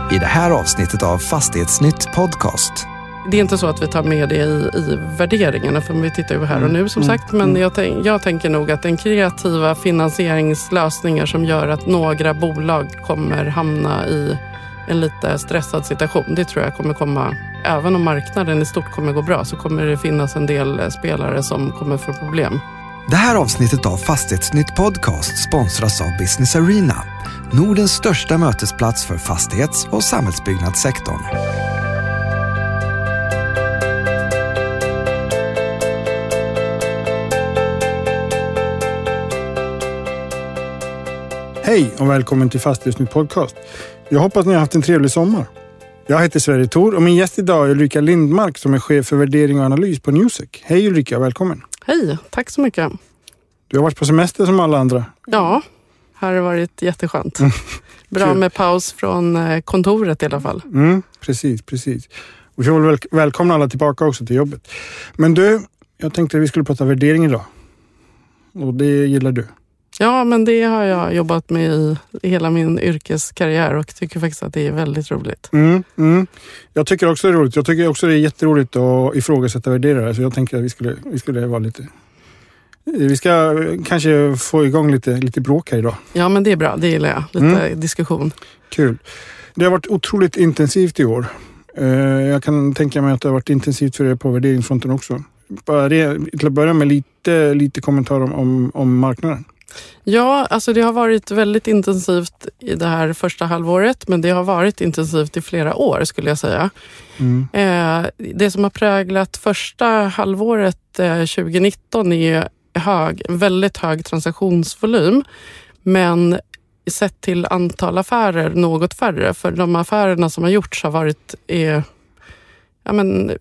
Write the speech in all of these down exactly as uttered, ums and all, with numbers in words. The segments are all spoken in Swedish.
i det här avsnittet av Fastighetsnytt podcast. Det är inte så att vi tar med det i, i värderingarna, för vi tittar ju här och nu som mm. sagt. Men jag, tänk, jag tänker nog att den kreativa finansieringslösningar som gör att några bolag kommer hamna i en lite stressad situation. Det tror jag kommer komma, även om marknaden i stort kommer gå bra, så kommer det finnas en del spelare som kommer få problem. Det här avsnittet av Fastighetsnytt podcast sponsras av Business Arena, Nordens största mötesplats för fastighets- och samhällsbyggnadssektorn. Hej och välkommen till Fastighetsnytt podcast. Jag hoppas ni har haft en trevlig sommar. Jag heter Sverre Thor och min gäst idag är Ulrika Lindmark som är chef för värdering och analys på Newsec. Hej Ulrika, välkommen. Hej, tack så mycket. Du har varit på semester som alla andra. Ja, här har det varit jätteskönt. Mm. Bra med paus från kontoret i alla fall. Mm, precis, precis. Och jag vill väl välkomna alla tillbaka också till jobbet. Men du, jag tänkte att vi skulle prata värdering idag. Och det gillar du. Ja, men det har jag jobbat med i hela min yrkeskarriär och tycker faktiskt att det är väldigt roligt. Mm, mm. Jag tycker också det är roligt. Jag tycker också det är jätteroligt att ifrågasätta värderare. Så jag tänker att vi skulle, vi skulle vara lite... Vi ska kanske få igång lite, lite bråk här idag. Ja, men det är bra. Det gillar jag. Lite mm. diskussion. Kul. Det har varit otroligt intensivt i år. Jag kan tänka mig att det har varit intensivt för er på värderingsfronten också. Bara till att börja med lite, lite kommentarer om, om, om marknaden. Ja, alltså det har varit väldigt intensivt i det här första halvåret, men det har varit intensivt i flera år skulle jag säga. Mm. Eh, det som har präglat första halvåret eh, tjugonitton är hög, väldigt hög transaktionsvolym, men sett till antal affärer något färre, för de affärerna som har gjorts har varit eh, ja, men,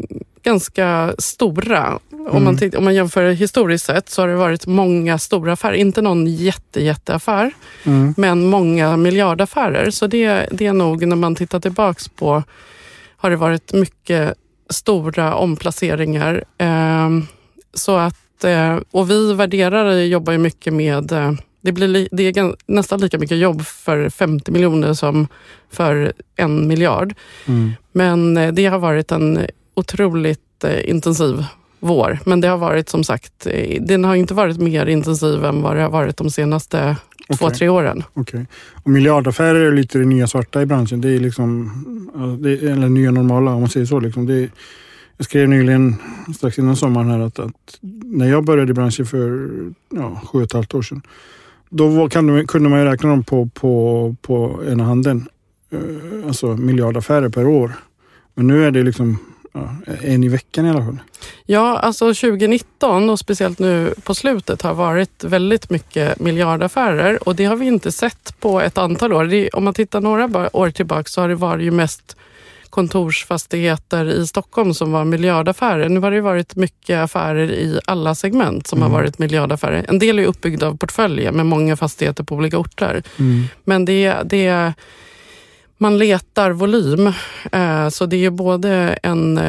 ganska stora. Mm. Om, man t- om man jämför historiskt sett så har det varit många stora affärer. Inte någon jätte, jätteaffär, mm. men många miljardaffärer. Så det, det är nog, när man tittar tillbaks på, har det varit mycket stora omplaceringar. Eh, så att, eh, och vi värderare jobbar ju mycket med... Eh, det, blir li- det är nästan lika mycket jobb för femtio miljoner som för en miljard. Mm. Men eh, det har varit en otroligt eh, intensiv vår. Men det har varit som sagt, eh, den har inte varit mer intensiv än vad det har varit de senaste okay. två, tre åren. Okej. Okay. Och miljardaffärer är lite det nya svarta i branschen. Det är liksom, det är, eller nya normala om man säger så. Liksom. Det är, jag skrev nyligen strax innan sommaren här att, att när jag började i branschen för ja, sju och ett halvt år sedan, då var, kan, kunde man ju räkna dem på, på, på ena handen. Uh, alltså miljardaffärer per år. Men nu är det liksom ja, en i veckan i alla fall. Ja, alltså tjugonitton och speciellt nu på slutet har varit väldigt mycket miljardaffärer. Och det har vi inte sett på ett antal år. Det, om man tittar några år tillbaka så har det varit ju mest kontorsfastigheter i Stockholm som var miljardaffärer. Nu har det varit mycket affärer i alla segment som mm. har varit miljardaffärer. En del är uppbyggda av portföljer med många fastigheter på olika orter. Mm. Men det, det är... Man letar volym, så det är både en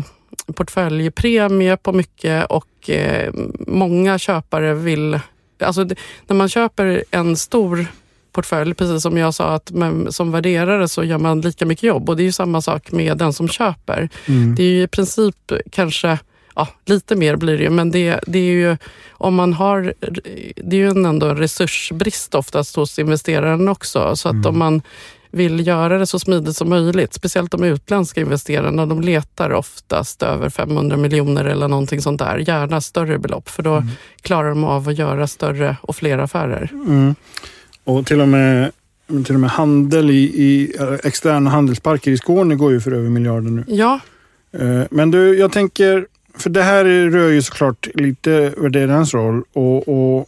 portföljpremie på mycket och många köpare vill... Alltså när man köper en stor portfölj, precis som jag sa, att som värderare så gör man lika mycket jobb. Och det är ju samma sak med den som köper. Mm. Det är ju i princip kanske... Ja, lite mer blir det ju, men det, det är ju om man har, det är ju ändå en resursbrist oftast hos investeraren också, så att mm. om man vill göra det så smidigt som möjligt, speciellt de utländska investerarna, de letar oftast över femhundra miljoner eller någonting sånt där, gärna större belopp, för då mm. klarar de av att göra större och fler affärer. Mm. Och till och med till och med handel i, i externa handelsparker i Skåne går ju för över miljarder nu. Ja. Men du, jag tänker, för det här rör ju såklart lite värderarens roll och, och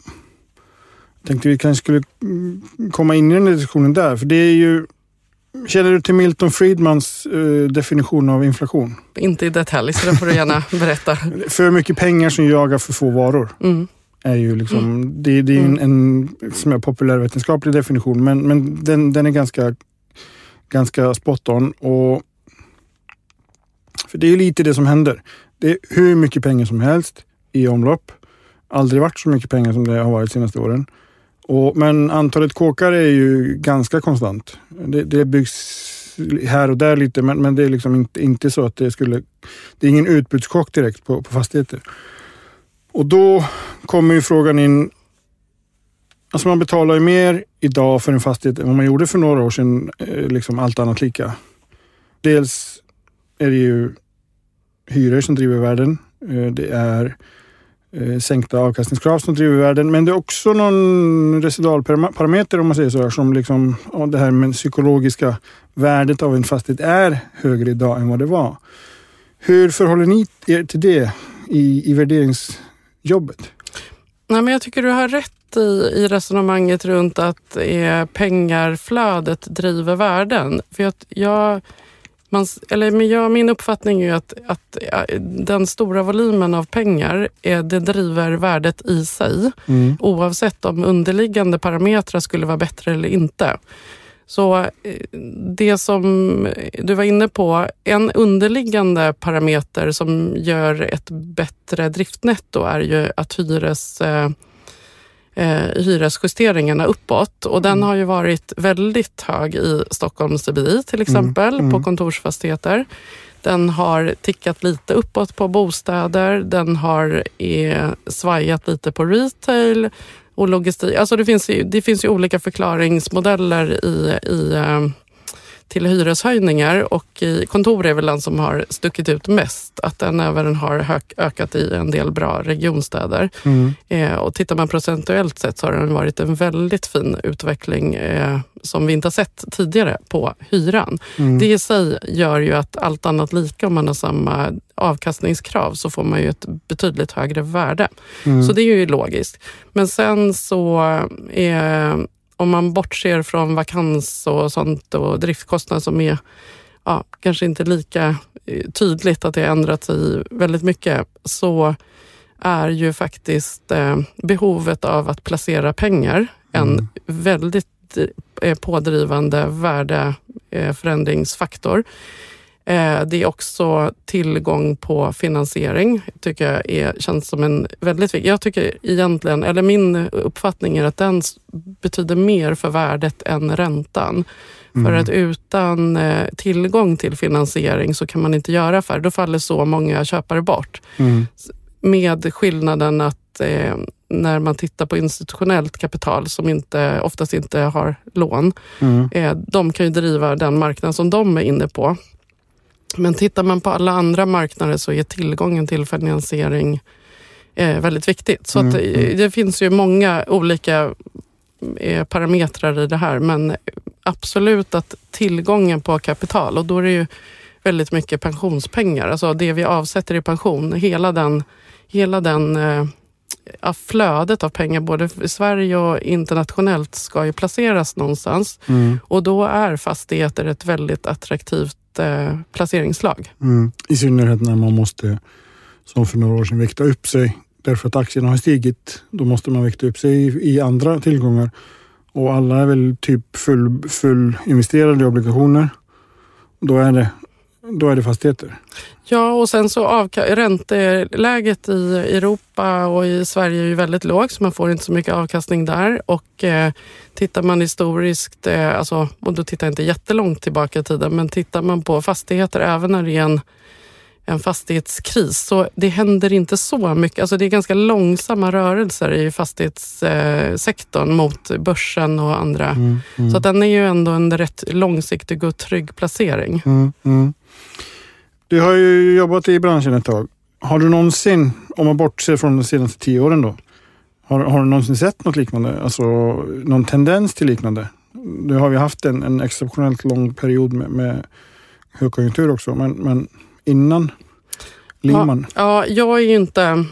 jag tänkte vi kanske skulle komma in i den diskussionen där, för det är ju, känner du till Milton Friedmans uh, definition av inflation? Inte i detalj, så det får du gärna berätta. För mycket pengar som jagar för få varor. Mm. Är ju liksom, mm. det, det är en, en som är populärvetenskaplig definition, men, men den, den är ganska, ganska spot on. Och, för det är lite det som händer. Det är hur mycket pengar som helst i omlopp. Aldrig varit så mycket pengar som det har varit de senaste åren. Och, men antalet kåkar är ju ganska konstant. Det, det byggs här och där lite, men, men det är liksom inte, inte så att det skulle, det är ingen utbudschock direkt på, på fastigheter. Och då kommer ju frågan in, alltså man betalar ju mer idag för en fastighet än vad man gjorde för några år sedan, liksom allt annat lika. Dels är det ju hyror som driver värden, det är sänkta avkastningskrav som driver värden, men det är också någon residualparameter om man säger så, som liksom, ja, det här med psykologiska värdet av en fastighet är högre idag än vad det var. Hur förhåller ni er till det i, i värderingsjobbet? Nej, men jag tycker du har rätt i, i resonemanget runt att eh, pengarflödet driver värden. För jag, jag Man, eller, men jag, min uppfattning är ju att, att den stora volymen av pengar är, det driver värdet i sig, mm. oavsett om underliggande parametrar skulle vara bättre eller inte. Så det som du var inne på, en underliggande parameter som gör ett bättre driftnetto är ju att hyres... Eh, hyresjusteringarna uppåt, och den mm. har ju varit väldigt hög i Stockholms C B I till exempel, mm. Mm. på kontorsfastigheter. Den har tickat lite uppåt på bostäder, den har eh, svajat lite på retail och logistik. Alltså det finns ju, det finns ju olika förklaringsmodeller i, i eh, till hyreshöjningar, och i kontor är väl den som har stuckit ut mest, att den även har hök, ökat i en del bra regionstäder. Mm. Eh, och tittar man procentuellt sett så har den varit en väldigt fin utveckling eh, som vi inte har sett tidigare på hyran. Mm. Det i sig gör ju att allt annat lika, om man har samma avkastningskrav så får man ju ett betydligt högre värde. Mm. Så det är ju logiskt. Men sen så är eh, om man bortser från vakans och sånt och driftkostnader som är ja, kanske inte lika tydligt att det har ändrat sig väldigt mycket, så är ju faktiskt eh, behovet av att placera pengar en mm. väldigt eh, pådrivande värdeförändringsfaktor. Eh, det är också tillgång på finansiering, tycker jag är, känns som en väldigt viktig. Jag tycker egentligen, eller min uppfattning är att den betyder mer för värdet än räntan. Mm. För att utan eh, tillgång till finansiering så kan man inte göra affär. Då faller så många köpare bort. Mm. Med skillnaden att eh, när man tittar på institutionellt kapital som inte, oftast inte har lån, mm. eh, de kan ju driva den marknad som de är inne på. Men tittar man på alla andra marknader så är tillgången till finansiering eh, väldigt viktigt. Så mm. att, eh, det finns ju många olika eh, parametrar i det här, men absolut att tillgången på kapital, och då är det ju väldigt mycket pensionspengar, alltså det vi avsätter i pension, hela den, hela den eh, flödet av pengar både i Sverige och internationellt ska ju placeras någonstans. Mm. Och då är fastigheter ett väldigt attraktivt eh, placeringslag. Mm. I synnerhet när man måste, som för några år sedan, väkta upp sig därför att aktierna har stigit. Då måste man väkta upp sig i, i andra tillgångar. Och alla är väl typ full, full investerade i obligationer. Då är det Då är det fastigheter. Ja, och sen så avka- ränteläget i Europa och i Sverige är ju väldigt lågt, så man får inte så mycket avkastning där. Och eh, tittar man historiskt, eh, alltså, och då tittar jag inte jättelångt tillbaka i tiden, men tittar man på fastigheter även när det är en, en fastighetskris, så det händer inte så mycket. Alltså det är ganska långsamma rörelser i fastighetssektorn eh, mot börsen och andra. Mm, mm. Så att den är ju ändå en rätt långsiktig och trygg placering. Mm, mm. Du har ju jobbat i branschen ett tag. Har du någonsin, om man bortser från de senaste tio åren då, har, har du någonsin sett något liknande? Alltså någon tendens till liknande? Nu har vi haft en, en exceptionellt lång period med, med högkonjunktur också, men, men innan Lehman. Ja, ja, jag är ju inte...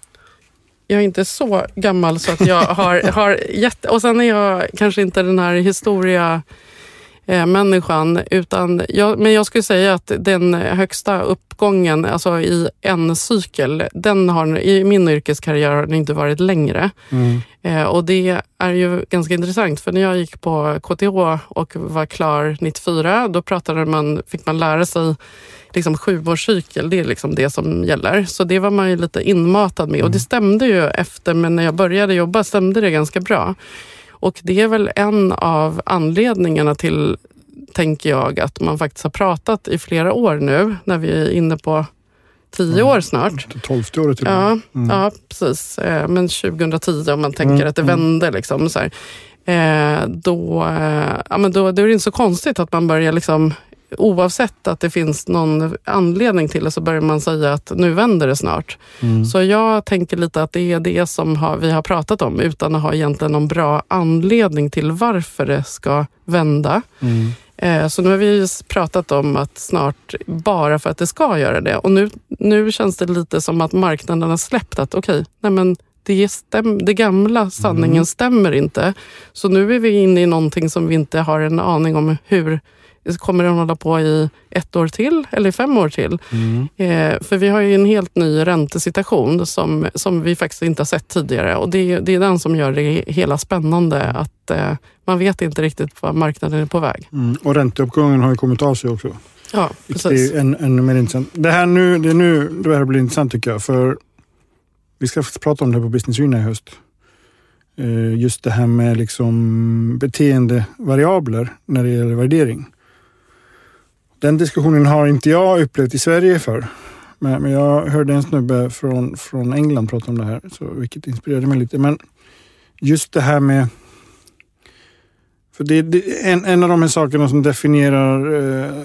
Jag är inte så gammal så att jag har, har jätte... Och sen är jag kanske inte den här historia... Eh, människan, utan jag, men jag skulle säga att den högsta uppgången, alltså i en cykel, den har i min yrkeskarriär har den inte varit längre. Mm. Eh, och det är ju ganska intressant, för när jag gick på K T H och var klar nittiofyra, då pratade man, fick man lära sig liksom sjuårscykel, det är liksom det som gäller. Så det var man ju lite inmatad med, mm. och det stämde ju efter, men när jag började jobba stämde det ganska bra. Och det är väl en av anledningarna till, tänker jag att man faktiskt har pratat i flera år nu, när vi är inne på tio mm. år snart. Tolfte året till. Ja, mm. ja, precis. Men tjugohundratio, om man tänker mm. att det vände liksom så här. Då, ja, men då, då är det inte så konstigt att man börjar liksom, oavsett att det finns någon anledning till det, så börjar man säga att nu vänder det snart. Mm. Så jag tänker lite att det är det som har, vi har pratat om, utan att ha egentligen någon bra anledning till varför det ska vända. Mm. Eh, så nu har vi pratat om att snart, bara för att det ska göra det. Och nu, nu känns det lite som att marknaden har släppt att okej, okay, nej men det, stäm, det gamla sanningen mm. stämmer inte. Så nu är vi inne i någonting som vi inte har en aning om hur. Kommer den hålla på i ett år till eller fem år till? Mm. Eh, för vi har ju en helt ny räntesituation som, som vi faktiskt inte har sett tidigare. Och det, det är den som gör det hela spännande. Att eh, man vet inte riktigt vad marknaden är på väg. Mm. Och ränteuppgången har ju kommit av sig också. Ja, precis. Det är än, ännu mer intressant. Det här nu, det är nu det här blir intressant tycker jag. För vi ska prata om det på Business Arena i höst. Eh, just det här med liksom beteendevariabler när det gäller värdering. Den diskussionen har inte jag upplevt i Sverige för. Men, men jag hörde en snubbe från, från England prata om det här. Så, vilket inspirerade mig lite. Men just det här med. För det, det en, en av de här sakerna som definierar eh,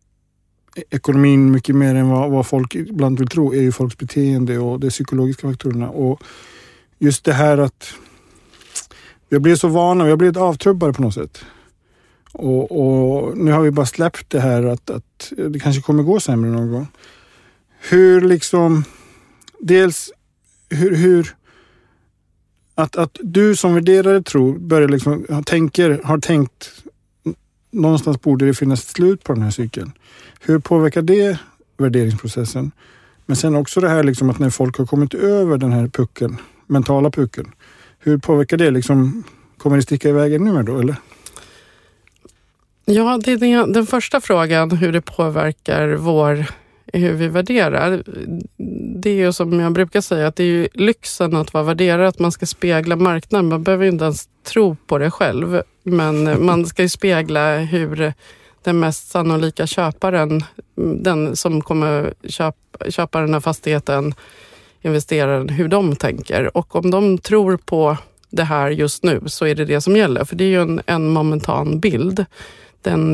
ekonomin mycket mer än vad, vad folk ibland vill tro är ju folks beteende och de psykologiska faktorerna. Och just det här att vi har blivit så vana, vi har blivit avtrubbade på något sätt. Och, och nu har vi bara släppt det här att, att det kanske kommer gå sämre någon gång. Hur liksom, dels hur, hur att, att du som värderare tror, börjar liksom, tänker, har tänkt någonstans borde det finnas ett slut på den här cykeln. Hur påverkar det värderingsprocessen? Men sen också det här liksom att när folk har kommit över den här pucken, mentala pucken, hur påverkar det liksom, kommer det sticka iväg ännu mer då eller? Ja, det är den, den första frågan, hur det påverkar vår, hur vi värderar. Det är ju som jag brukar säga, att det är ju lyxen att vara värderare, att man ska spegla marknaden. Man behöver inte ens tro på det själv, men man ska ju spegla hur den mest sannolika köparen, den som kommer köpa, köpa den här fastigheten, investeraren, hur de tänker. Och om de tror på det här just nu så är det det som gäller. För det är ju en, en momentan bild. Den,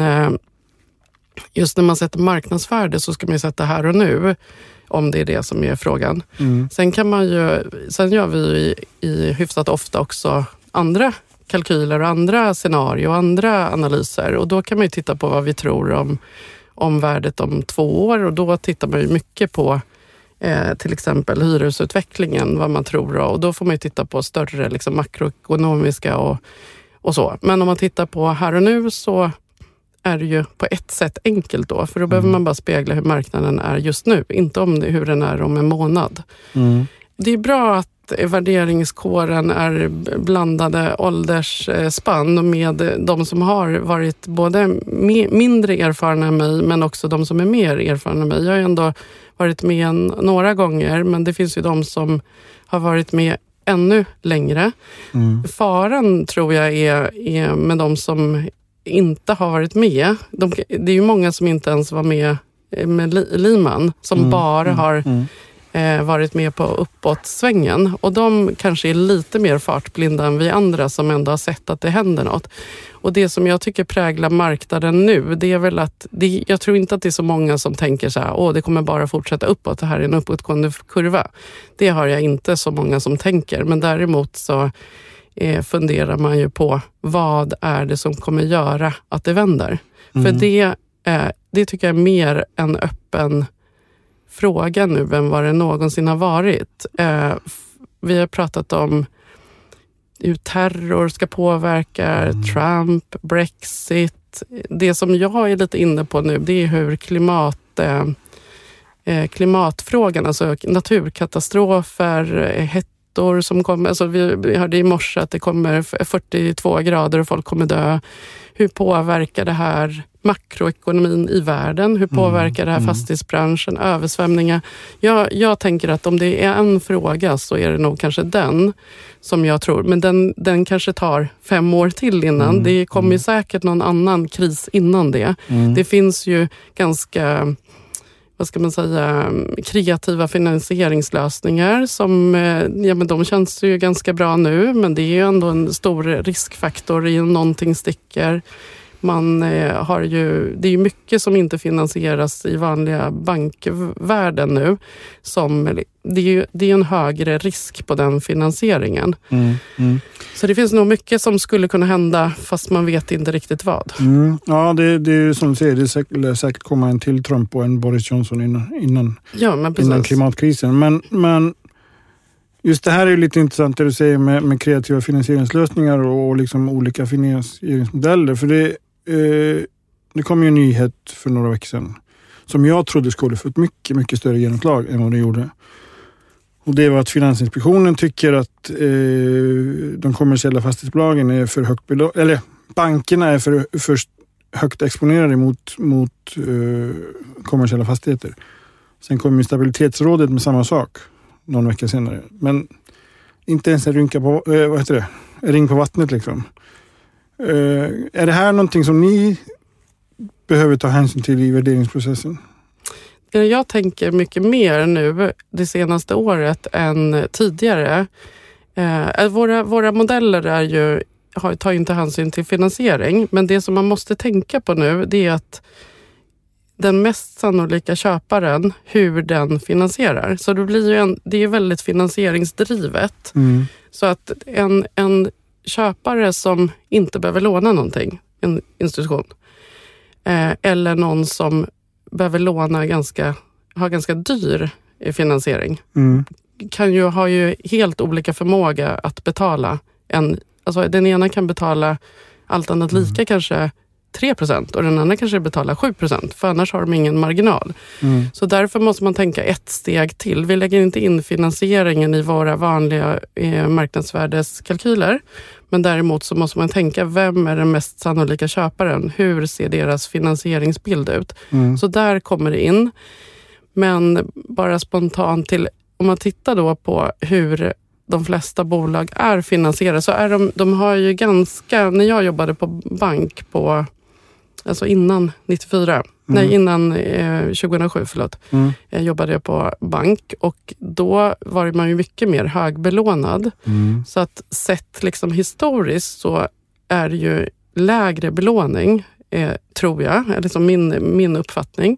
just när man sätter marknadsvärde så ska man ju sätta här och nu, om det är det som är frågan. Mm. Sen kan man ju, sen gör vi i, i hyfsat ofta också andra kalkyler och andra scenarier och andra analyser. Och då kan man ju titta på vad vi tror om, om värdet om två år. Och då tittar man ju mycket på eh, till exempel hyresutvecklingen, vad man tror. Och då får man ju titta på större liksom, makroekonomiska och, och så. Men om man tittar på här och nu så är det ju på ett sätt enkelt då. För då mm. behöver man bara spegla hur marknaden är just nu. Inte om det, hur den är om en månad. Mm. Det är bra att värderingskåren är blandade åldersspann med de som har varit både mindre erfarna än mig men också de som är mer erfarna än mig. Jag har ändå varit med några gånger, men det finns ju de som har varit med ännu längre. Mm. Faran tror jag är, är med de som inte har varit med. De, det är ju många som inte ens var med med Lehman, som mm. bara mm. har mm. Eh, varit med på uppåtsvängen. Och de kanske är lite mer fartblinda än vi andra som ändå har sett att det händer något. Och det som jag tycker präglar marknaden nu, det är väl att det, jag tror inte att det är så många som tänker så här, åh det kommer bara fortsätta uppåt, det här är en uppåtgående kurva. Det har jag inte så många som tänker, men däremot så eh, funderar man ju på vad är det som kommer göra att det vänder. Mm. För det, eh, det tycker jag är mer en öppen fråga nu än vad det någonsin har varit. Eh, vi har pratat om hur terror ska påverka, mm. Trump, Brexit. Det som jag är lite inne på nu, det är hur klimat, eh, klimatfrågan, alltså naturkatastrofer, hettor som kommer. Alltså vi, vi hörde i morse att det kommer fyrtiotvå grader och folk kommer dö. Hur påverkar det här makroekonomin i världen. Hur påverkar mm, det här mm. fastighetsbranschen, översvämningar? Jag, jag tänker att om det är en fråga så är det nog kanske den som jag tror. Men den, den kanske tar fem år till innan. Mm, det kommer mm. säkert någon annan kris innan det. Mm. Det finns ju ganska... vad ska man säga, kreativa finansieringslösningar som, ja men de känns ju ganska bra nu, men det är ju ändå en stor riskfaktor i någonting sticker. Man eh, har ju, det är ju mycket som inte finansieras i vanliga bankvärlden nu. Som, det är ju det är en högre risk på den finansieringen. Mm, mm. Så det finns nog mycket som skulle kunna hända fast man vet inte riktigt vad. Mm. Ja, det, det är som du säger, det säkert, säkert komma en till Trump och en Boris Johnson innan, innan, ja, men innan klimatkrisen. Men, men just det här är ju lite intressant det du säger med, med kreativa finansieringslösningar och, och liksom olika finansieringsmodeller. För det Eh, det kom ju en nyhet för några veckor sedan som jag trodde skulle få ett mycket, mycket större genomslag än vad det gjorde. Och det var att Finansinspektionen tycker att eh, de kommersiella fastighetsbolagen är för högt belå- eller bankerna är för, för högt exponerade mot, mot eh, kommersiella fastigheter. Sen kom ju Stabilitetsrådet med samma sak någon vecka senare. Men inte ens en rynka på, eh, vad heter det? En ring på vattnet liksom. Uh, är det här någonting som ni behöver ta hänsyn till i värderingsprocessen? Jag tänker mycket mer nu det senaste året än tidigare. Uh, våra, våra modeller är ju, har, tar inte hänsyn till finansiering, men det som man måste tänka på nu det är att den mest sannolika köparen, hur den finansierar. Så det blir ju en, det är väldigt finansieringsdrivet. Mm. Så att en, en köpare som inte behöver låna någonting, en institution, eh, eller någon som behöver låna ganska, har ganska dyr finansiering, mm. kan ju ha ju helt olika förmåga att betala. En, alltså den ena kan betala allt annat lika mm. kanske tre procent och den andra kanske betalar sju procent, för annars har de ingen marginal. Mm. Så därför måste man tänka ett steg till. Vi lägger inte in finansieringen i våra vanliga eh, marknadsvärdeskalkyler, men däremot så måste man tänka, vem är den mest sannolika köparen? Hur ser deras finansieringsbild ut? Mm. Så där kommer det in. Men bara spontant till, om man tittar då på hur de flesta bolag är finansierade, så är de, de har ju ganska, när jag jobbade på bank på, alltså innan nittiofyra, mm. nej innan eh, tjugohundrasju, förlåt, mm. jag jobbade jag på bank och då var man ju mycket mer högbelånad. Mm. Så att sett liksom historiskt så är det ju lägre belåning, eh, tror jag, eller som min, min uppfattning.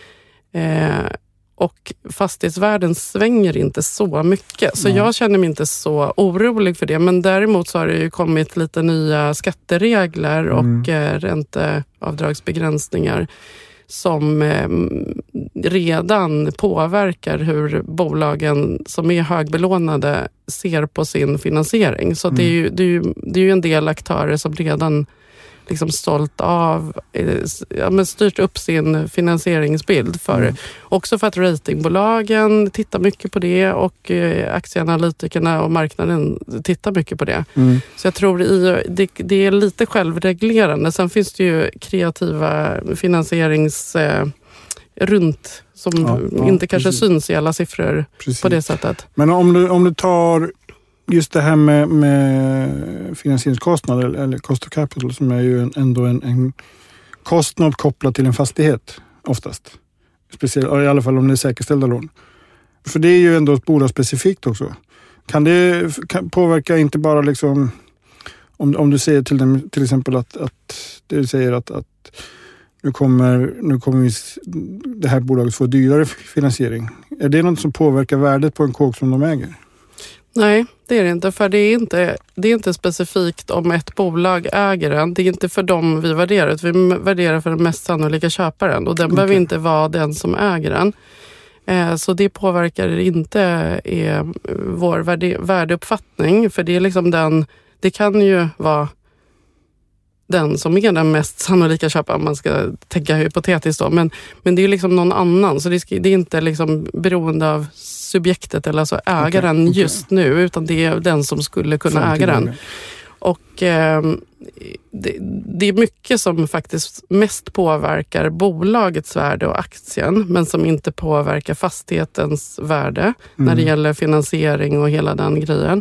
Eh, Och fastighetsvärden svänger inte så mycket. Så Nej. jag känner mig inte så orolig för det. Men däremot så har det ju kommit lite nya skatteregler och mm. ränteavdragsbegränsningar som eh, redan påverkar hur bolagen som är högbelånade ser på sin finansiering. Så mm. det, är ju, det, är ju, det är ju en del aktörer som redan liksom stolt av, ja, men styrt upp sin finansieringsbild för, mm. också för att ratingbolagen tittar mycket på det och eh, aktieanalytikerna och marknaden tittar mycket på det. Mm. Så jag tror i, det, det är lite självreglerande. Sen finns det ju kreativa finansierings eh, runt som ja, ja, inte kanske precis. syns i alla siffror precis. på det sättet. Men om du, om du tar just det här med, med finansieringskostnader eller cost of capital, som är ju en, ändå en, en kostnad kopplad till en fastighet oftast. Speciellt, i alla fall om det är säkerställda lån. För det är ju ändå ett bolag specifikt också. Kan det kan påverka inte bara liksom, om, om du säger till, dem, till exempel att, att det säger att, att nu kommer, nu kommer vi, det här bolaget få dyrare finansiering. Är det något som påverkar värdet på en kåk som de äger? Nej, det är det inte. För det är inte, det är inte specifikt om ett bolag äger den. Det är inte för dem vi värderar. Vi värderar för den mest sannolika köparen. Och den okay. behöver inte vara den som äger den. Eh, så det påverkar inte eh, vår värde, värdeuppfattning. För det är liksom den, det kan ju vara den som är den mest sannolika köparen, om man ska tänka hypotetiskt då. Men, men det är liksom någon annan. Så det, ska, det är inte liksom beroende av subjektet eller alltså ägaren okay, okay. just nu, utan det är den som skulle kunna Framtiden. äga den. Och eh, det, det är mycket som faktiskt mest påverkar bolagets värde och aktien, men som inte påverkar fastighetens värde mm. när det gäller finansiering och hela den grejen.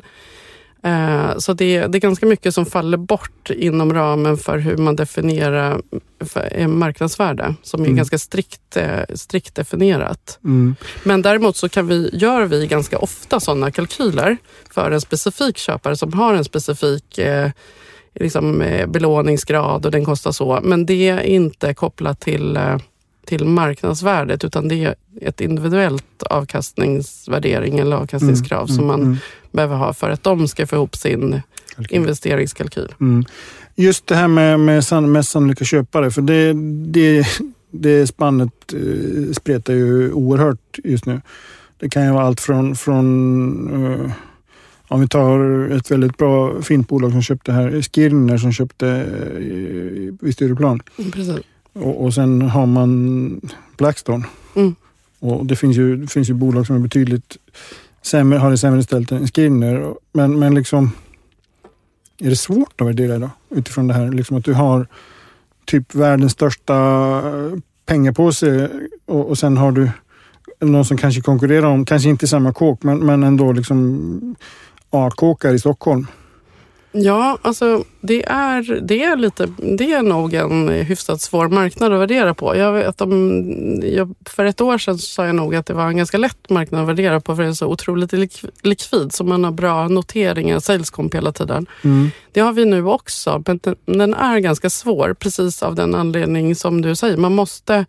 Eh, så det, det är ganska mycket som faller bort inom ramen för hur man definierar för, marknadsvärde, som är mm. ganska strikt, eh, strikt definierat. Mm. Men däremot så kan vi, gör vi ganska ofta sådana kalkyler för en specifik köpare som har en specifik eh, liksom, eh, belåningsgrad och den kostar så. Men det är inte kopplat till, eh, till marknadsvärdet, utan det är ett individuellt avkastningsvärdering eller avkastningskrav mm, som man mm. behöver ha för att de ska få ihop sin Kalkyl. investeringskalkyl. Mm. Just det här med, med san, mest sannolika köpare, för det, det, det spannet eh, spretar ju oerhört just nu. Det kan ju vara allt från, från eh, om vi tar ett väldigt bra fint bolag som köpte här, Skirner som köpte eh, vid Stureplan. Mm, precis. Och, och sen har man Blackstone. Mm. Och det finns ju, det finns ju bolag som är betydligt sämre, har det sämre ställt än Skirner. Men, men liksom, är det svårt att värdera då? Utifrån det här, liksom att du har typ världens största pengapåse och, och sen har du någon som kanske konkurrerar om, kanske inte samma kåk, men, men ändå liksom A-kåkar i Stockholm. Ja, alltså det är, det är lite, det är nog en hyfsat svår marknad att värdera på. Jag vet om, jag, för ett år sedan sa jag nog att det var en ganska lätt marknad att värdera på, för det är så otroligt lik, likvid, så man har bra noteringar, saleskomp hela tiden. Mm. Det har vi nu också, men den, den är ganska svår, precis av den anledning som du säger. Man måste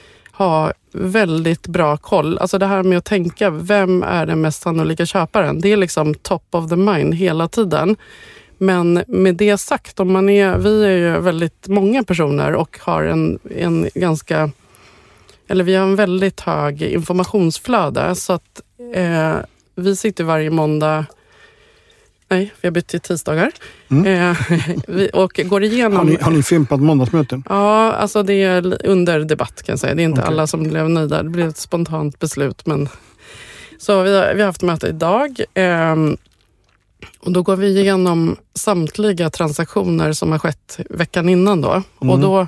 ha väldigt bra koll. Alltså det här med att tänka, vem är den mest sannolika köparen? Det är liksom top of the mind hela tiden. Men med det sagt, om man är, vi är ju väldigt många personer och har en, en ganska, eller vi har en väldigt hög informationsflöde, så att eh, vi sitter varje måndag, nej, vi har bytt till tisdagar mm. eh, vi, och går igenom. Har ni, har ni fimpat måndagsmöten? Ja, alltså det är under debatt kan jag säga. Det är inte okay. alla som blev nöjda, det blev ett spontant beslut, men så vi har, vi har haft möte idag. Eh, Och då går vi igenom samtliga transaktioner som har skett veckan innan då. Mm. Och då,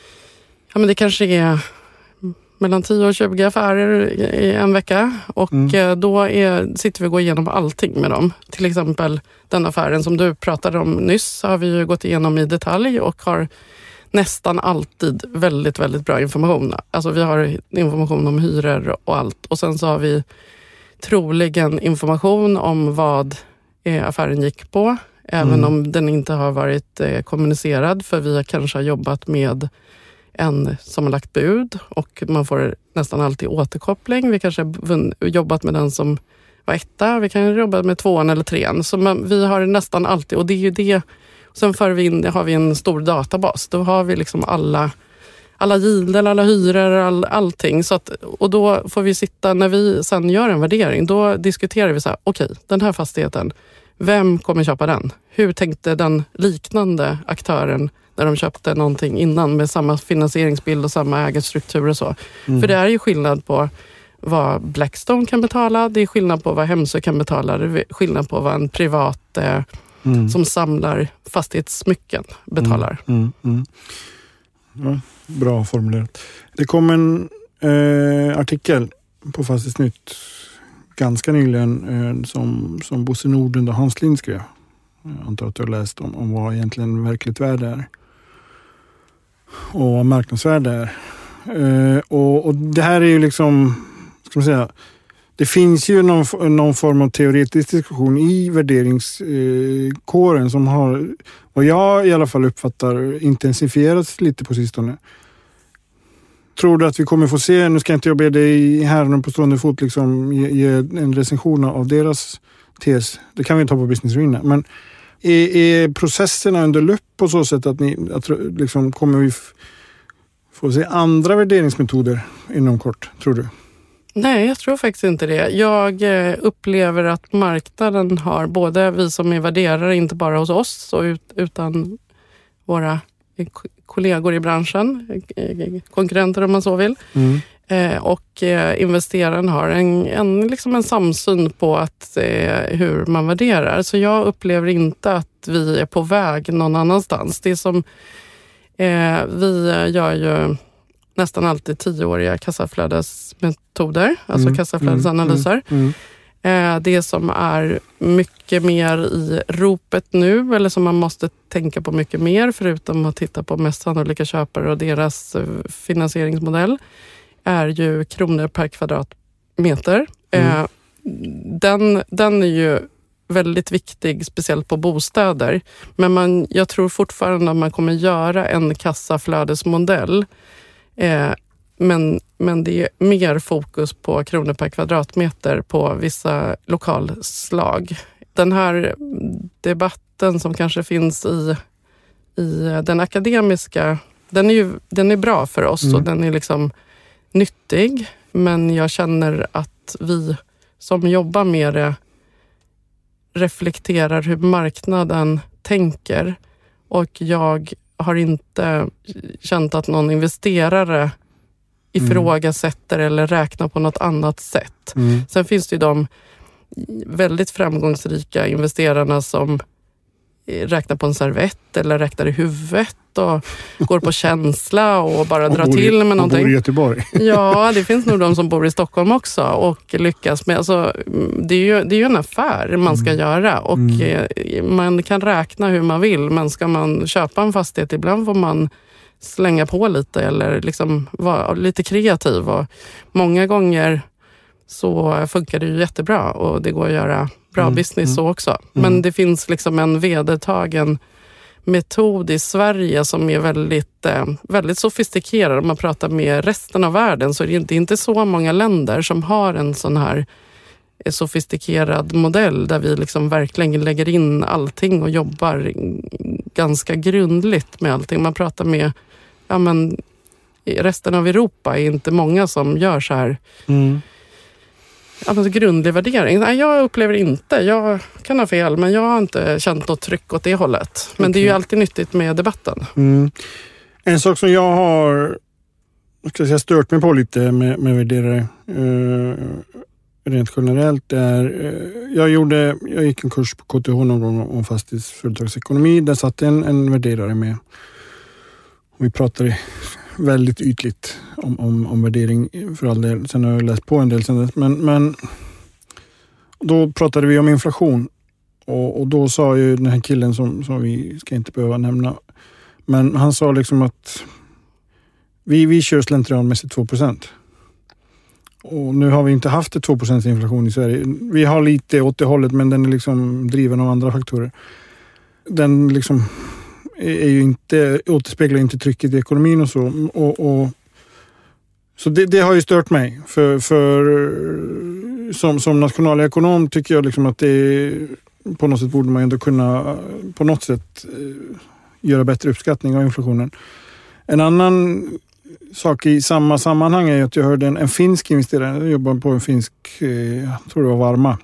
ja men det kanske är mellan tio och tjugo affärer i en vecka. Och mm. då är, sitter vi och går igenom allting med dem. Till exempel den affären som du pratade om nyss har vi ju gått igenom i detalj och har nästan alltid väldigt, väldigt bra information. Alltså vi har information om hyror och allt. Och sen så har vi troligen information om vad affären gick på, även mm. om den inte har varit eh, kommunicerad, för vi kanske har jobbat med en som har lagt bud och man får nästan alltid återkoppling. Vi kanske har jobbat med den som var etta, vi kan jobba med tvåan eller trean. Så man, vi har nästan alltid, och det är ju det. Sen för vi in, har vi en stor databas. Då har vi liksom alla alla yielder, alla hyror, all, allting. Så att, och då får vi sitta, när vi sen gör en värdering, då diskuterar vi så här, okej, okay, den här fastigheten, vem kommer köpa den? Hur tänkte den liknande aktören när de köpte någonting innan med samma finansieringsbild och samma ägarstruktur och så? Mm. För det är ju skillnad på vad Blackstone kan betala, det är skillnad på vad Hemsö kan betala, det är skillnad på vad en privat eh, mm. som samlar fastighetssmycken betalar. Mm. Mm. Mm. Ja. Bra formulerat. Det kom en eh, artikel på Fastighetsnytt ganska nyligen eh, som, som Bosse Nordlund och Hans Lind skrev. Jag antar att du har läst om, om vad egentligen verkligt värde är. Och vad marknadsvärde är. Eh, och, och det här är ju liksom, ska man säga, det finns ju någon, någon form av teoretisk diskussion i värderingskåren eh, som har, vad jag i alla fall uppfattar, intensifierats lite på sistone. Tror du att vi kommer få se, nu ska inte jag be dig här på stående fot liksom ge, ge en recension av deras tes, det kan vi ta på Business Arena, men är, är processerna under lupp på så sätt att ni att, liksom, kommer vi f- få se andra värderingsmetoder inom kort, tror du? Nej, jag tror faktiskt inte det. Jag upplever att marknaden har, både vi som är värderare, inte bara hos oss och ut, utan våra kollegor i branschen, konkurrenter om man så vill, mm. Eh, och eh, investeraren har en, en, liksom en samsyn på att, eh, hur man värderar. Så jag upplever inte att vi är på väg någon annanstans. Det är som, eh, vi gör ju nästan alltid tioåriga kassaflödesmetoder, alltså mm, kassaflödesanalyser. Mm, mm, mm. Eh, det som är mycket mer i ropet nu, eller som man måste tänka på mycket mer, förutom att titta på mest sannolika köpare och deras eh, finansieringsmodell, är ju kronor per kvadratmeter. Mm. Eh, den, den är ju väldigt viktig, speciellt på bostäder. Men man, jag tror fortfarande att man kommer göra en kassaflödesmodell. Eh, men, men det är mer fokus på kronor per kvadratmeter på vissa lokalslag. Den här debatten som kanske finns i, i den akademiska, den är ju den är bra för oss mm. och den är liksom nyttig. Men jag känner att vi som jobbar med det reflekterar hur marknaden tänker, och jag har inte känt att någon investerare ifrågasätter mm. eller räknar på något annat sätt. Mm. Sen finns det ju de väldigt framgångsrika investerarna som räknar på en servett eller räknar i huvudet och går på känsla och bara drar och till med någonting. Och bor i Göteborg. Ja, det finns nog de som bor i Stockholm också och lyckas med. Alltså, det är ju, det är ju en affär man ska mm. göra, och mm. man kan räkna hur man vill, men ska man köpa en fastighet, ibland får man slänga på lite eller liksom vara lite kreativ, och många gånger så funkar det ju jättebra och det går att göra bra mm. business mm. så också. Mm. Men det finns liksom en vedertagen metod i Sverige som är väldigt, eh, väldigt sofistikerad. Om man pratar med resten av världen så är det inte, inte så många länder som har en sån här sofistikerad modell där vi liksom verkligen lägger in allting och jobbar ganska grundligt med allting. Man pratar med, ja men i resten av Europa är inte många som gör så här mm. alltså grundlig värdering. Nej, jag upplever inte. Jag kan ha fel, men jag har inte känt något tryck åt det hållet. Men okay. Det är ju alltid nyttigt med debatten. Mm. En sak som jag har ska säga, stört mig på lite med, med värderare uh, rent generellt är uh, jag, gjorde, jag gick en kurs på K T H någon gång om fastighetsföretagsekonomi. Där satt en, en värderare med. Och vi pratade väldigt ytligt om, om, om värdering för all del. Sen har jag läst på en del sen dess. Men, men då pratade vi om inflation. Och, och då sa ju den här killen som, som vi ska inte behöva nämna. Men han sa liksom att vi, vi kör slentrianmässigt två procent. Och nu har vi inte haft ett två procent inflation i Sverige. Vi har lite åt det hållet, men den är liksom driven av andra faktorer. Den liksom är ju inte, återspeglar inte trycket i ekonomin och så. Och, och, så det, det har ju stört mig. För, för som, som nationalekonom tycker jag liksom att det på något sätt borde man ändå kunna på något sätt göra bättre uppskattning av inflationen. En annan sak i samma sammanhang är att jag hörde en, en finsk investerare, jag jobbar på en finsk, jag tror det var Varma,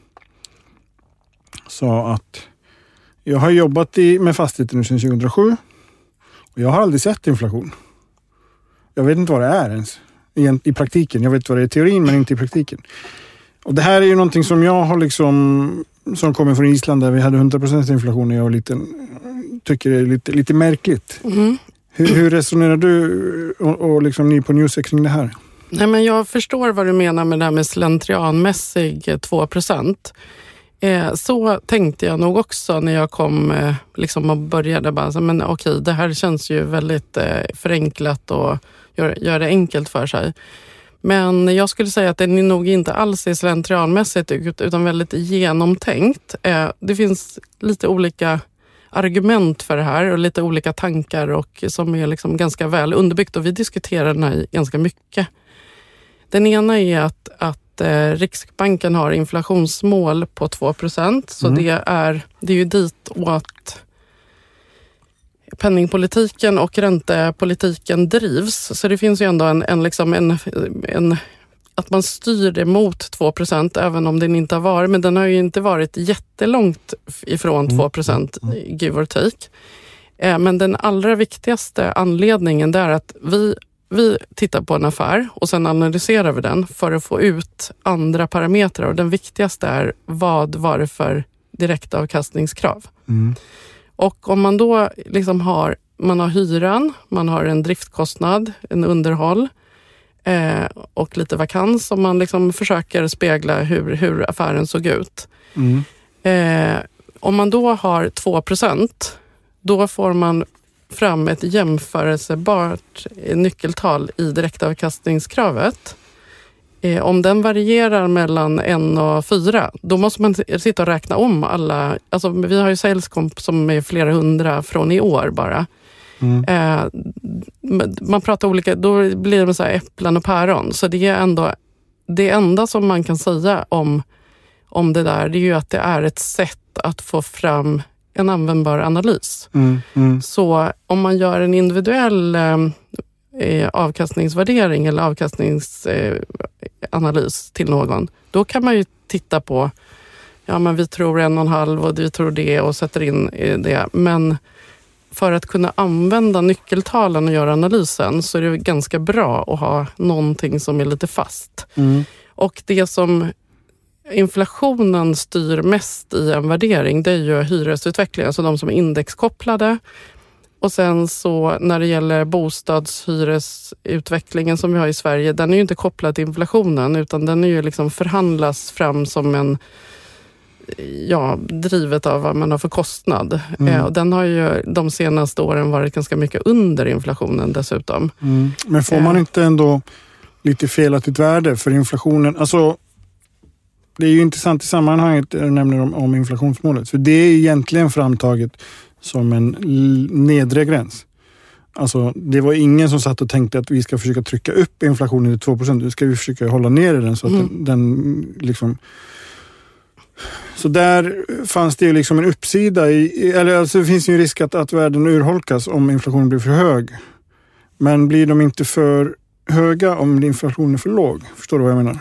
sa att jag har jobbat i, med fastigheter nu sedan tjugohundrasju och jag har aldrig sett inflation. Jag vet inte vad det är ens i, i praktiken. Jag vet vad det är i teorin, men inte i praktiken. Och det här är ju någonting som jag har liksom, som kommer från Island där vi hade hundra procent inflation när jag var liten, tycker det är lite, lite märkligt. Mm. Hur, hur resonerar du och, och liksom ni på Newsec kring det här? Nej, men jag förstår vad du menar med det här med slentrianmässig två procent. Eh, så tänkte jag nog också när jag kom eh, liksom och började bara, men okej, det här känns ju väldigt eh, förenklat och gör, gör det enkelt för sig. Men jag skulle säga att det nog inte alls är slentrianmässigt utan väldigt genomtänkt. Eh, det finns lite olika argument för det här och lite olika tankar och som är liksom ganska väl underbyggt, och vi diskuterar den här ganska mycket. Den ena är att, att Riksbanken har inflationsmål på två procent, så mm. det, är, det är ju dit åt penningpolitiken och räntepolitiken drivs. Så det finns ju ändå en, en, liksom en, en att man styr det mot två procent även om den inte har varit, men den har ju inte varit jättelångt ifrån mm. två procent give or take. Men den allra viktigaste anledningen är att vi vi tittar på en affär och sen analyserar vi den för att få ut andra parametrar. Och den viktigaste är, vad var det för direktavkastningskrav? Mm. Och om man då liksom har, man har hyran, man har en driftkostnad, en underhåll eh, och lite vakans som man liksom försöker spegla hur, hur affären såg ut. Mm. Eh, om man då har två procent, då får man fram ett jämförelsebart nyckeltal i direktavkastningskravet. Eh, om den varierar mellan en och fyra, då måste man sitta och räkna om alla. Alltså, vi har ju salescomp som är flera hundra från i år bara. Mm. Eh, man pratar olika, då blir det så här äpplen och päron. Så det är ändå, det enda som man kan säga om, om det där, det är ju att det är ett sätt att få fram en användbar analys. Mm, mm. Så om man gör en individuell eh, avkastningsvärdering eller avkastningsanalys eh, till någon, då kan man ju titta på, ja men vi tror en och en halv och vi tror det och sätter in det. Men för att kunna använda nyckeltalen och göra analysen så är det ganska bra att ha någonting som är lite fast. Mm. Och det som inflationen styr mest i en värdering, det är ju hyresutvecklingen, alltså de som är indexkopplade. Och sen så när det gäller bostadshyresutvecklingen som vi har i Sverige, den är ju inte kopplad till inflationen utan den är ju liksom förhandlas fram som en, ja, drivet av vad man har för kostnad. Mm. Eh, och den har ju de senaste åren varit ganska mycket under inflationen dessutom. Mm. Men får man inte ändå lite felaktigt värde för inflationen? Alltså, det är ju intressant i sammanhanget du nämner om, om inflationsmålet. För det är egentligen framtaget som en nedre gräns. Alltså, det var ingen som satt och tänkte att vi ska försöka trycka upp inflationen till två procent. Nu ska vi försöka hålla ner den så att mm. den, den liksom... Så där fanns det ju liksom en uppsida i, eller alltså det finns ju en risk att, att värden urholkas om inflationen blir för hög. Men blir de inte för höga om inflationen är för låg? Förstår du vad jag menar?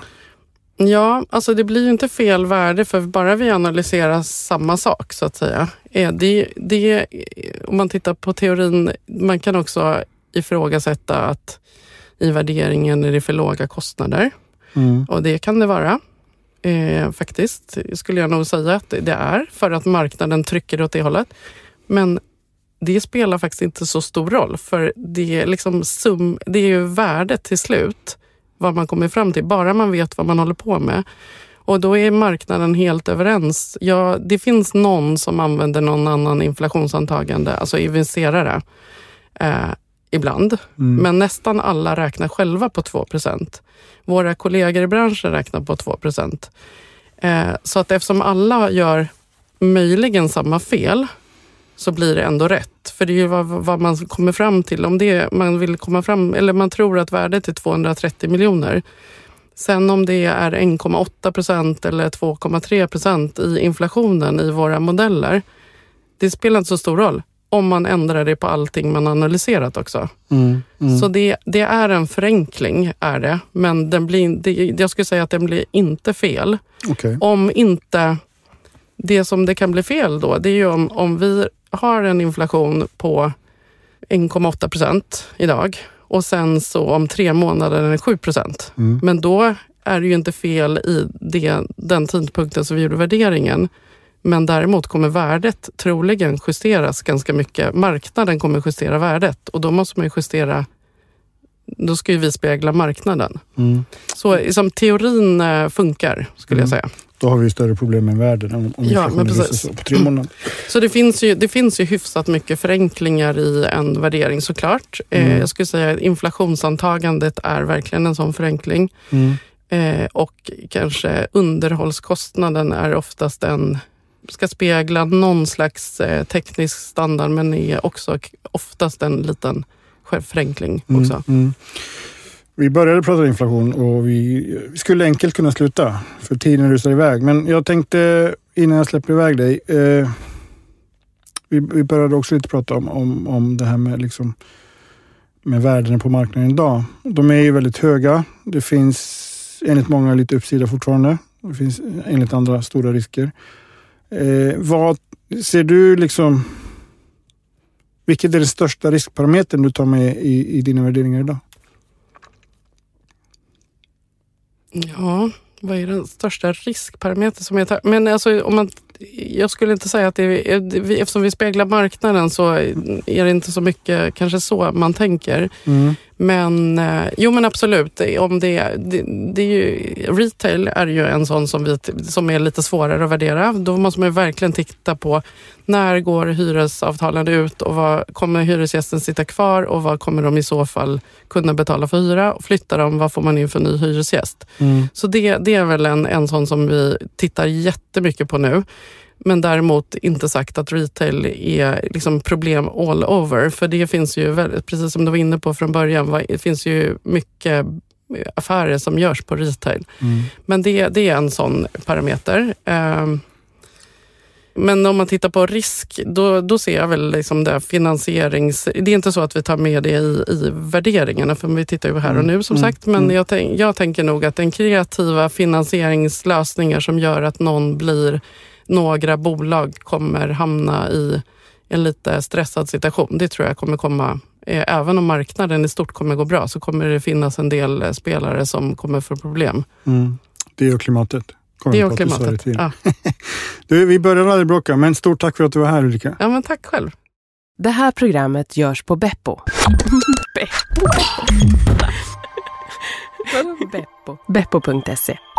Ja, alltså det blir ju inte fel värde för bara vi analyserar samma sak så att säga. Det, det, om man tittar på teorin, man kan också ifrågasätta att i värderingen är det för låga kostnader. Mm. Och det kan det vara. Eh, faktiskt skulle jag nog säga att det är för att marknaden trycker åt det hållet. Men det spelar faktiskt inte så stor roll för det är, liksom sum, det är ju värdet till slut vad man kommer fram till, bara man vet vad man håller på med. Och då är marknaden helt överens. Ja, det finns någon som använder någon annan inflationsantagande, alltså investerare eh, ibland. Mm. Men nästan alla räknar själva på två procent. Våra kollegor i branschen räknar på två procent. Eh, så att eftersom alla gör möjligen samma fel så blir det ändå rätt. För det är ju vad, vad man kommer fram till. Om det man vill komma fram, eller man tror att värdet är tvåhundratrettio miljoner. Sen om det är en komma åtta procent eller två komma tre procent i inflationen i våra modeller, det spelar inte så stor roll. Om man ändrar det på allting man analyserat också. Mm, mm. Så det, det är en förenkling, är det. Men den blir, det, jag skulle säga att den blir inte fel. Okay. Om inte, det som det kan bli fel då, det är ju om, om vi har en inflation på en komma åtta procent idag. Och sen så om tre månader är det sju procent. Mm. Men då är det ju inte fel i det, den tidpunkten som vi gjorde värderingen. Men däremot kommer värdet troligen justeras ganska mycket. Marknaden kommer justera värdet och då måste man ju justera, då ska ju vi spegla marknaden. Mm. Så som teorin funkar skulle mm. jag säga. Då har vi ju större problem med världen om, om ja, men precis. Så på tre månader. Så det finns, ju, det finns ju hyfsat mycket förenklingar i en värdering såklart. Mm. Eh, jag skulle säga att inflationsantagandet är verkligen en sån förenkling. Mm. Eh, och kanske underhållskostnaden är oftast en, ska spegla någon slags eh, teknisk standard men är också oftast en liten förenkling också. Mm, mm. Vi började prata inflation och vi, vi skulle enkelt kunna sluta för tiden rusar iväg. Men jag tänkte innan jag släpper iväg dig, eh, vi, vi började också lite prata om, om, om det här med, liksom, med värdena på marknaden idag. De är ju väldigt höga. Det finns enligt många lite uppsida fortfarande. Det finns enligt andra stora risker. Eh, vad ser du liksom, vilket är den största riskparametern du tar med i, i dina värderingar idag? Ja, vad är den största riskparametern som jag tar? Men alltså, om man, jag skulle inte säga att det är, eftersom vi speglar marknaden så är det inte så mycket kanske så man tänker. Mm. Men jo men absolut, om det, det, det är ju, retail är ju en sån som, vi, som är lite svårare att värdera. Då måste man ju verkligen titta på när går hyresavtalen ut och vad kommer hyresgästen sitta kvar och vad kommer de i så fall kunna betala för hyra och flyttar de, vad får man in för ny hyresgäst. Mm. Så det, det är väl en, en sån som vi tittar jättemycket på nu. Men däremot inte sagt att retail är liksom problem all over. För det finns ju, väldigt, precis som du var inne på från början, det finns ju mycket affärer som görs på retail. Mm. Men det, det är en sån parameter. Men om man tittar på risk, då, då ser jag väl liksom det finansierings... Det är inte så att vi tar med det i, i värderingarna, för vi tittar ju här och nu som mm. sagt. Men mm. jag, tänk, jag tänker nog att den kreativa finansieringslösningar som gör att någon blir... några bolag kommer hamna i en lite stressad situation. Det tror jag kommer komma, eh, även om marknaden i stort kommer gå bra, så kommer det finnas en del eh, spelare som kommer få problem. Mm. Det och klimatet. Det och klimatet, ja. Du, vi börjar aldrig bråka, men stort tack för att du var här, Ulrika. Ja, men tack själv. Det här programmet görs på Beppo. Beppo. Beppo. Beppo punkt se